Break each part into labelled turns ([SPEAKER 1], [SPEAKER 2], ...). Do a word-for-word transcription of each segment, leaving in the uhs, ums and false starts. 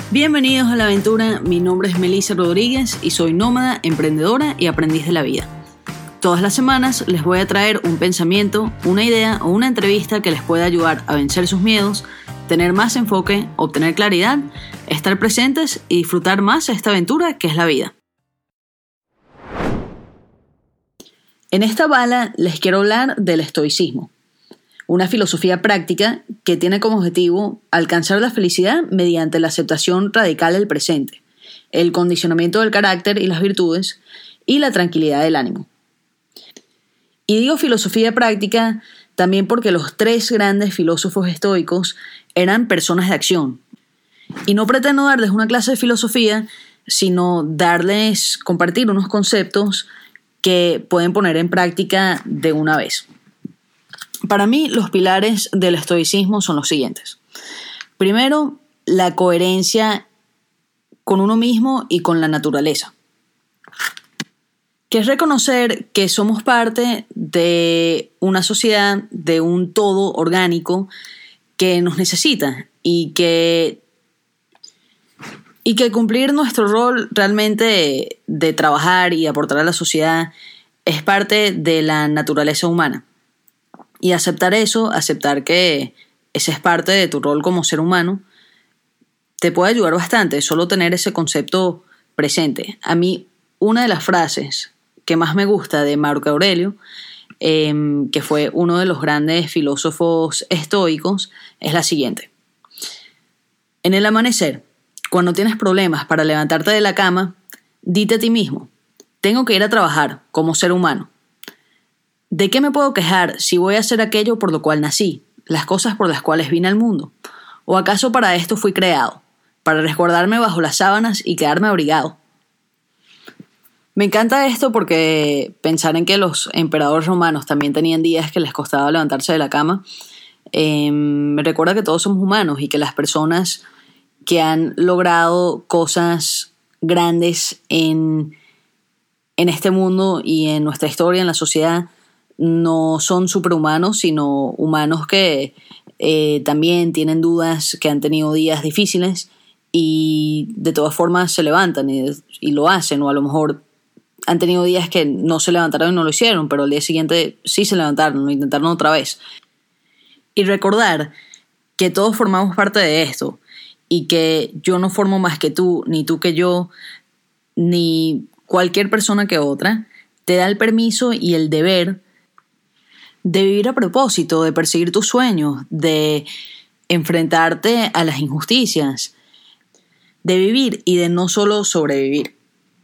[SPEAKER 1] Bienvenidos a la aventura, mi nombre es Melissa Rodríguez y soy nómada, emprendedora y aprendiz de la vida. Todas las semanas les voy a traer un pensamiento, una idea o una entrevista que les pueda ayudar a vencer sus miedos, tener más enfoque, obtener claridad, estar presentes y disfrutar más esta aventura que es la vida. En esta bala les quiero hablar del estoicismo, una filosofía práctica que tiene como objetivo alcanzar la felicidad mediante la aceptación radical del presente, el condicionamiento del carácter y las virtudes y la tranquilidad del ánimo. Y digo filosofía práctica también porque los tres grandes filósofos estoicos eran personas de acción. Y no pretendo darles una clase de filosofía, sino darles, compartir unos conceptos que pueden poner en práctica de una vez. Para mí, los pilares del estoicismo son los siguientes. Primero, la coherencia con uno mismo y con la naturaleza, que es reconocer que somos parte de una sociedad, de un todo orgánico que nos necesita y que, y que cumplir nuestro rol realmente de, de trabajar y aportar a la sociedad es parte de la naturaleza humana. Y aceptar eso, aceptar que ese es parte de tu rol como ser humano, te puede ayudar bastante, solo tener ese concepto presente. A mí, una de las frases que más me gusta de Marco Aurelio, eh, que fue uno de los grandes filósofos estoicos, es la siguiente. En el amanecer, cuando tienes problemas para levantarte de la cama, dite a ti mismo, tengo que ir a trabajar como ser humano. ¿De qué me puedo quejar si voy a hacer aquello por lo cual nací, las cosas por las cuales vine al mundo? ¿O acaso para esto fui creado, para resguardarme bajo las sábanas y quedarme abrigado? Me encanta esto porque pensar en que los emperadores romanos también tenían días que les costaba levantarse de la cama, eh, me recuerda que todos somos humanos y que las personas que han logrado cosas grandes en, en este mundo y en nuestra historia, en la sociedad, no son superhumanos, sino humanos que eh, también tienen dudas, que han tenido días difíciles y de todas formas se levantan y, y lo hacen, o a lo mejor han tenido días que no se levantaron y no lo hicieron, pero al día siguiente sí se levantaron, lo intentaron otra vez. Y recordar que todos formamos parte de esto y que yo no formo más que tú, ni tú que yo, ni cualquier persona que otra, te da el permiso y el deber de vivir a propósito, de perseguir tus sueños, de enfrentarte a las injusticias, de vivir y de no solo sobrevivir.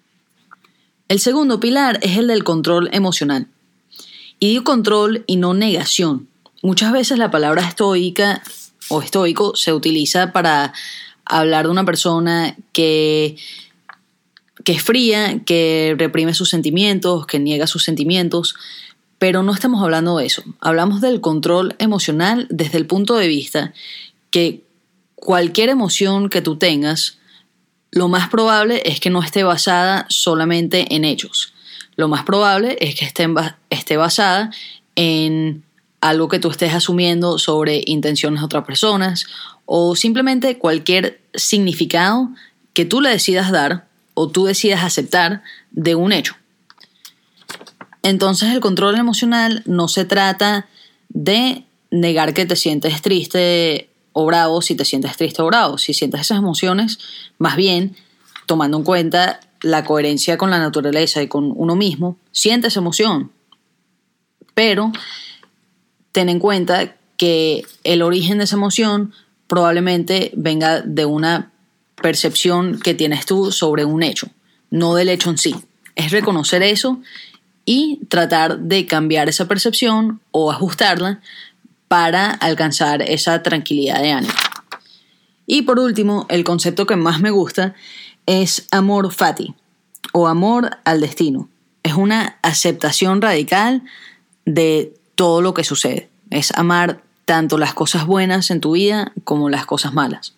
[SPEAKER 1] El segundo pilar es el del control emocional. Y digo control y no negación. Muchas veces la palabra estoica o estoico se utiliza para hablar de una persona que, que es fría, que reprime sus sentimientos, que niega sus sentimientos. Pero no estamos hablando de eso. Hablamos del control emocional desde el punto de vista que cualquier emoción que tú tengas, lo más probable es que no esté basada solamente en hechos. Lo más probable es que esté, esté basada en algo que tú estés asumiendo sobre intenciones de otras personas o simplemente cualquier significado que tú le decidas dar o tú decidas aceptar de un hecho. Entonces el control emocional no se trata de negar que te sientes triste o bravo si te sientes triste o bravo. Si sientes esas emociones, más bien, tomando en cuenta la coherencia con la naturaleza y con uno mismo, siente esa emoción. Pero ten en cuenta que el origen de esa emoción probablemente venga de una percepción que tienes tú sobre un hecho, no del hecho en sí. Es reconocer eso y tratar de cambiar esa percepción o ajustarla para alcanzar esa tranquilidad de ánimo. Y por último, el concepto que más me gusta es amor fati o amor al destino. Es una aceptación radical de todo lo que sucede. Es amar tanto las cosas buenas en tu vida como las cosas malas.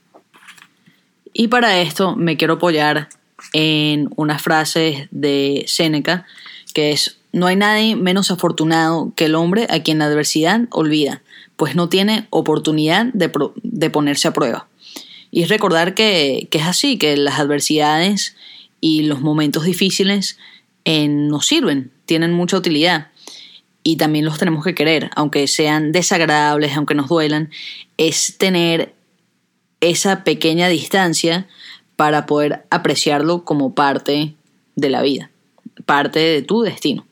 [SPEAKER 1] Y para esto me quiero apoyar en unas frases de Séneca, que es: no hay nadie menos afortunado que el hombre a quien la adversidad olvida, pues no tiene oportunidad de, pro- de ponerse a prueba. Y es recordar que, que es así, que las adversidades y los momentos difíciles eh, nos sirven, tienen mucha utilidad. Y también los tenemos que querer, aunque sean desagradables, aunque nos duelan, es tener esa pequeña distancia para poder apreciarlo como parte de la vida, parte de tu destino.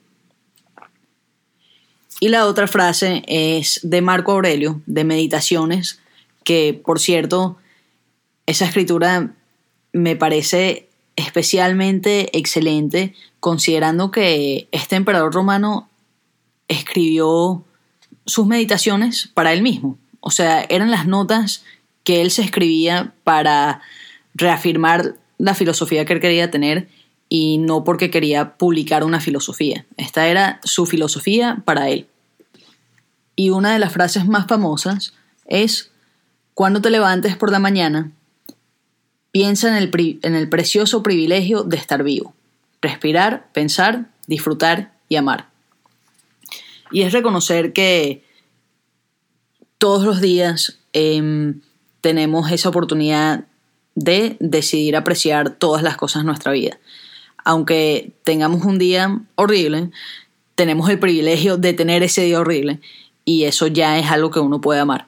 [SPEAKER 1] Y la otra frase es de Marco Aurelio, de Meditaciones, que por cierto, esa escritura me parece especialmente excelente, considerando que este emperador romano escribió sus meditaciones para él mismo. O sea, eran las notas que él se escribía para reafirmar la filosofía que él quería tener y no porque quería publicar una filosofía. Esta era su filosofía para él. Y una de las frases más famosas es: cuando te levantes por la mañana, piensa en el, pri- en el precioso privilegio de estar vivo, respirar, pensar, disfrutar y amar. Y es reconocer que todos los días eh, tenemos esa oportunidad de decidir apreciar todas las cosas de nuestra vida. Aunque tengamos un día horrible, tenemos el privilegio de tener ese día horrible y eso ya es algo que uno puede amar.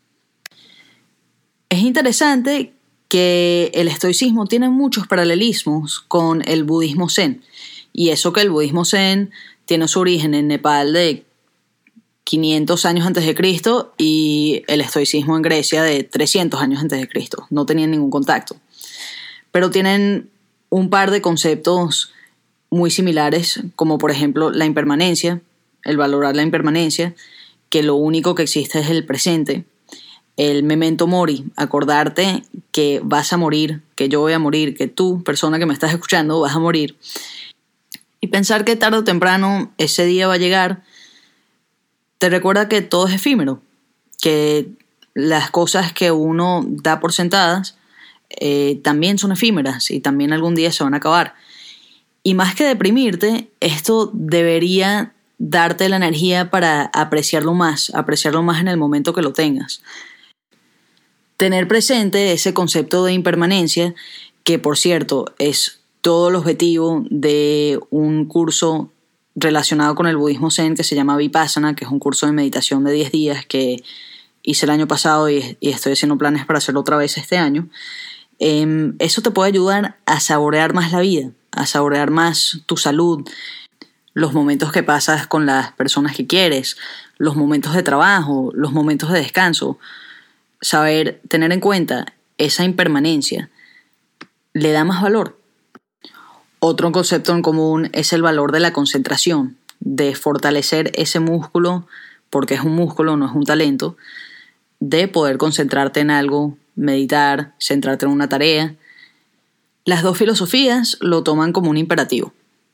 [SPEAKER 1] Es interesante que el estoicismo tiene muchos paralelismos con el budismo zen, y eso que el budismo zen tiene su origen en Nepal de quinientos años antes de Cristo y el estoicismo en Grecia de trescientos años antes de Cristo. No tenían ningún contacto. Pero tienen un par de conceptos muy similares, como por ejemplo la impermanencia, el valorar la impermanencia, que lo único que existe es el presente. El memento mori, acordarte que vas a morir, que yo voy a morir, que tú, persona que me estás escuchando, vas a morir. Y pensar que tarde o temprano ese día va a llegar, te recuerda que todo es efímero, que las cosas que uno da por sentadas eh, también son efímeras y también algún día se van a acabar. Y más que deprimirte, esto debería darte la energía para apreciarlo más, apreciarlo más en el momento que lo tengas. Tener presente ese concepto de impermanencia, que por cierto es todo el objetivo de un curso relacionado con el budismo zen que se llama Vipassana, que es un curso de meditación de diez días que hice el año pasado y, y estoy haciendo planes para hacerlo otra vez este año. Eh, eso te puede ayudar a saborear más la vida, a saborear más tu salud, los momentos que pasas con las personas que quieres, los momentos de trabajo, los momentos de descanso. Saber, tener en cuenta esa impermanencia le da más valor. Otro concepto en común es el valor de la concentración, de fortalecer ese músculo, porque es un músculo, no es un talento, de poder concentrarte en algo, meditar, centrarte en una tarea. Las dos filosofías lo toman como un imperativo.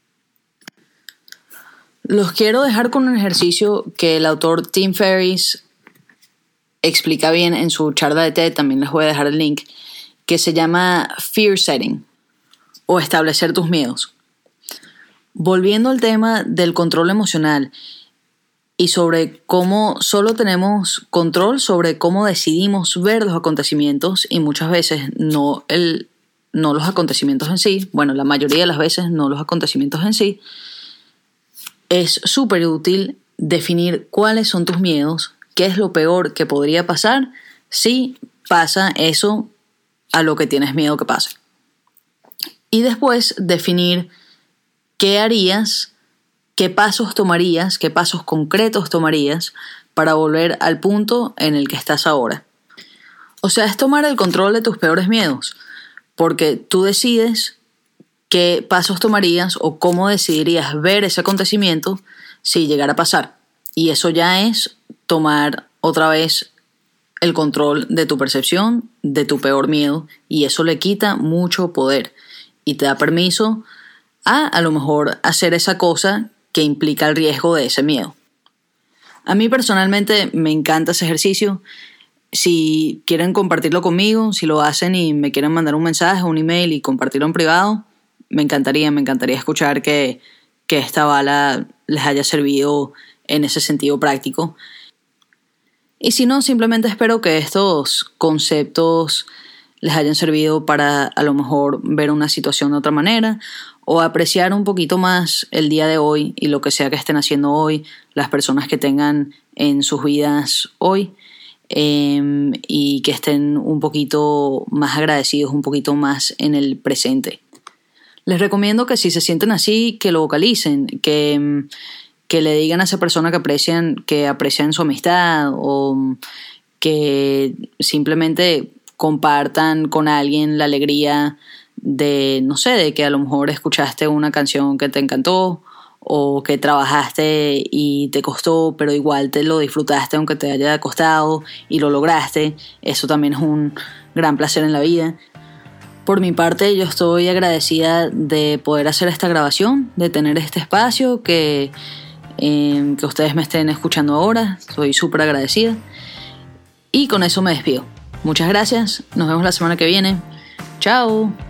[SPEAKER 1] Los quiero dejar con un ejercicio que el autor Tim Ferriss explica bien en su charla de TED, también les voy a dejar el link, que se llama Fear Setting, o establecer tus miedos. Volviendo al tema del control emocional y sobre cómo solo tenemos control sobre cómo decidimos ver los acontecimientos y muchas veces no, el, no los acontecimientos en sí, bueno, la mayoría de las veces no los acontecimientos en sí, es súper útil definir cuáles son tus miedos, qué es lo peor que podría pasar si pasa eso a lo que tienes miedo que pase. Y después definir qué harías, qué pasos tomarías, qué pasos concretos tomarías para volver al punto en el que estás ahora. O sea, es tomar el control de tus peores miedos, porque tú decides qué pasos tomarías o cómo decidirías ver ese acontecimiento si llegara a pasar. Y eso ya es tomar otra vez el control de tu percepción, de tu peor miedo, y eso le quita mucho poder y te da permiso a a lo mejor hacer esa cosa que implica el riesgo de ese miedo. A mí personalmente me encanta ese ejercicio. Si quieren compartirlo conmigo, si lo hacen y me quieren mandar un mensaje, un email y compartirlo en privado, me encantaría, me encantaría escuchar que, que esta bala les haya servido en ese sentido práctico. Y si no, simplemente espero que estos conceptos les hayan servido para a lo mejor ver una situación de otra manera o apreciar un poquito más el día de hoy y lo que sea que estén haciendo hoy, las personas que tengan en sus vidas hoy, eh, y que estén un poquito más agradecidos, un poquito más en el presente. Les recomiendo que si se sienten así, que lo vocalicen, que, que le digan a esa persona que aprecian, que aprecian su amistad o que simplemente compartan con alguien la alegría de, no sé, de que a lo mejor escuchaste una canción que te encantó o que trabajaste y te costó, pero igual te lo disfrutaste aunque te haya costado y lo lograste. Eso también es un gran placer en la vida. Por mi parte, yo estoy agradecida de poder hacer esta grabación, de tener este espacio, que, eh, que ustedes me estén escuchando ahora. Estoy súper agradecida. Y con eso me despido. Muchas gracias. Nos vemos la semana que viene. Chao.